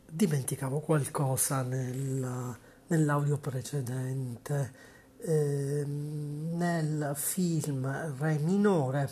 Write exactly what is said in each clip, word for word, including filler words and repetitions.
Dimenticavo qualcosa nel- nell'audio precedente. Ehm, nel film Re minore,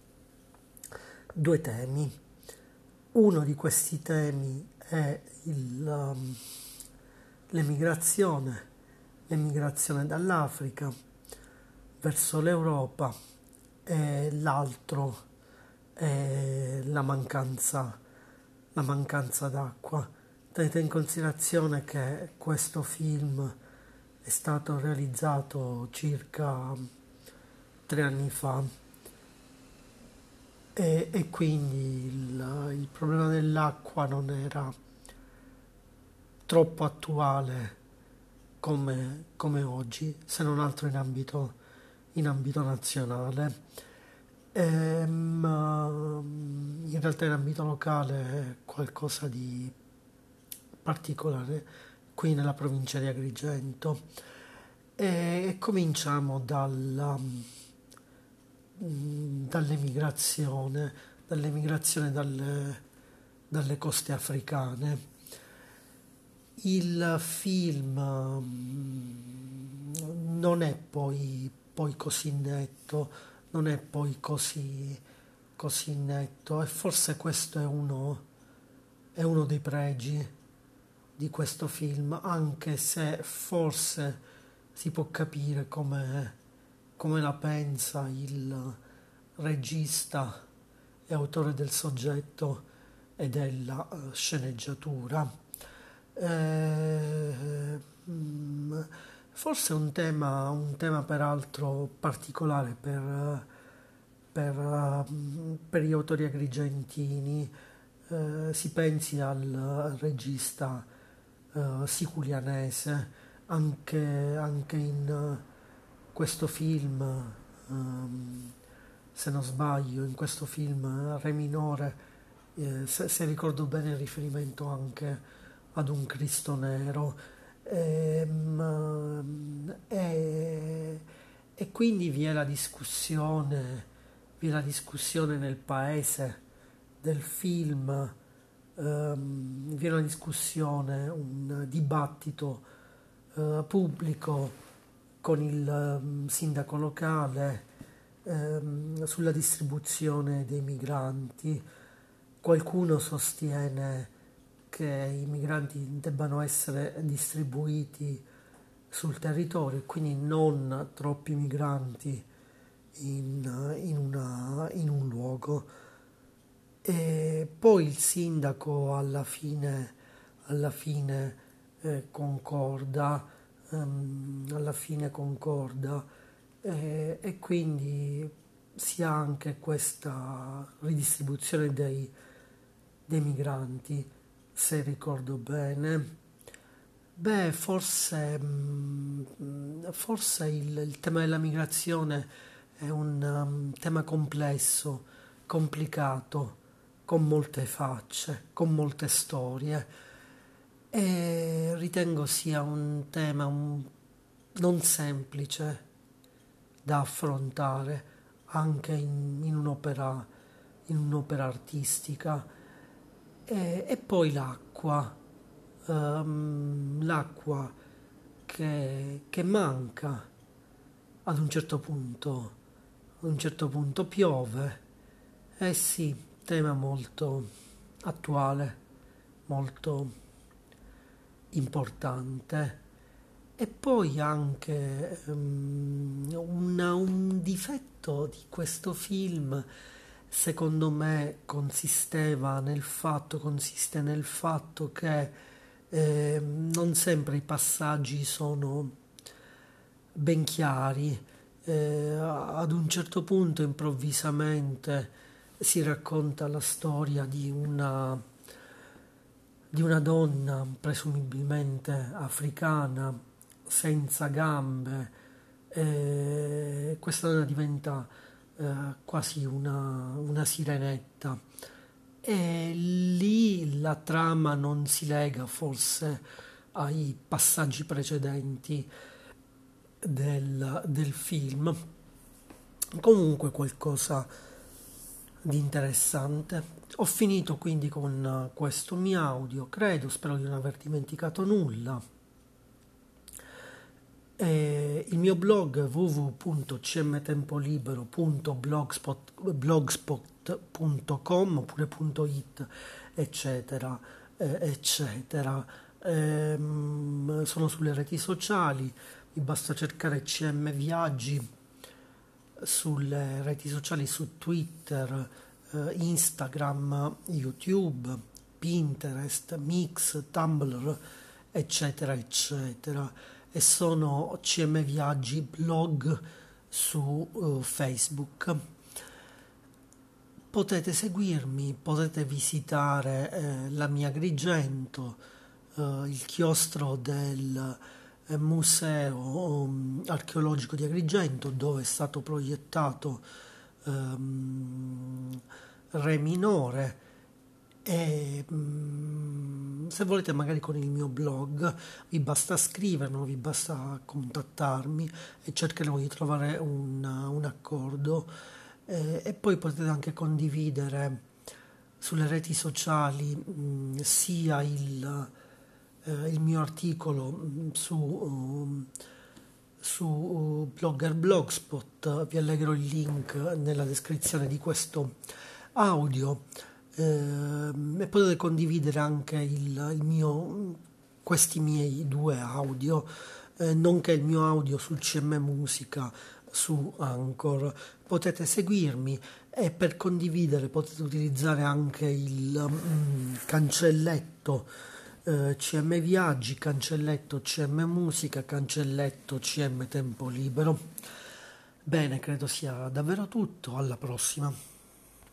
due temi. Uno di questi temi è il, um, l'emigrazione, l'emigrazione dall'Africa verso l'Europa, e l'altro è la mancanza, la mancanza d'acqua. Tenete in considerazione che questo film è stato realizzato circa tre anni fa e, e quindi il, il problema dell'acqua non era troppo attuale come, come oggi, se non altro in ambito, in ambito nazionale. Ehm, in realtà in ambito locale è qualcosa di particolare qui nella provincia di Agrigento. E, e cominciamo dalla, mm, dall'emigrazione, dall'emigrazione dalle, dalle coste africane. Il film mm, non è poi, poi così netto, non è poi così, così netto, e forse questo è uno, è uno dei pregi di questo film, anche se forse si può capire come, come la pensa il regista e autore del soggetto e della eh, sceneggiatura. Eh, mm, Forse un tema, un tema peraltro particolare per, per, eh, per gli autori agrigentini. Eh, si pensi al, al regista eh, siculianese, anche, anche in eh, questo film, ehm, se non sbaglio, in questo film eh, Re minore, eh, se, se ricordo bene il riferimento anche ad un Cristo nero. Ehm, e, e quindi vi è la discussione, vi è la discussione nel paese del film, ehm, vi è una discussione, un dibattito eh, pubblico con il ehm, sindaco locale ehm, sulla distribuzione dei migranti. Qualcuno sostiene che i migranti debbano essere distribuiti sul territorio e quindi non troppi migranti in, in una- in un luogo. E poi il sindaco alla fine, alla fine eh, concorda, ehm, alla fine concorda, eh, e quindi si ha anche questa ridistribuzione dei, dei migranti, se ricordo bene. Beh, forse, mm, forse il, il tema della migrazione è un um, tema complesso, complicato, con molte facce, con molte storie, e ritengo sia un tema un- non semplice da affrontare anche in, in un'opera, in un'opera artistica. E, e poi l'acqua, ehm, l'acqua che, che manca ad un certo punto, ad un certo punto piove. Eh sì, tema molto attuale, molto importante. E poi anche ehm, una- un difetto di questo film, secondo me, consisteva nel fatto, consiste nel fatto che ehm, non sempre i passaggi sono ben chiari. Eh, ad un certo punto, improvvisamente, si racconta la storia di una, di una donna presumibilmente africana senza gambe. E questa donna diventa eh, quasi una, una sirenetta, e lì la trama non si lega forse ai passaggi precedenti del, del film. Comunque qualcosa di interessante. Ho finito quindi con eh, questo mio audio, credo, spero di non aver dimenticato nulla. E il mio blog w w w punto c m tempolibero punto blogspot punto com oppure .it eccetera eh, eccetera. Ehm, sono sulle reti sociali, mi basta cercare C M Viaggi sulle reti sociali, su Twitter, eh, Instagram, YouTube, Pinterest, Mix, Tumblr, eccetera, eccetera. E sono C M Viaggi blog su eh, Facebook. Potete seguirmi, potete visitare eh, la mia Agrigento, eh, il chiostro del eh, Museo um, Archeologico di Agrigento, dove è stato proiettato ehm, Re minore. E mm, se volete, magari con il mio blog, vi basta scrivermi, vi basta contattarmi e cercheremo di trovare un, un accordo. Eh, e poi potete anche condividere sulle reti sociali mh, sia il, eh, il mio articolo mh, su, um, su uh, Blogger Blogspot. Vi allegherò il link nella descrizione di questo audio. Ehm, e potete condividere anche il, il mio, questi miei due audio, eh, nonché il mio audio sul C M Musica su Anchor. Potete seguirmi e per condividere potete utilizzare anche il mm, cancelletto eh, C M Viaggi, cancelletto C M Musica, cancelletto C M Tempo Libero. Bene, credo sia davvero tutto, alla prossima.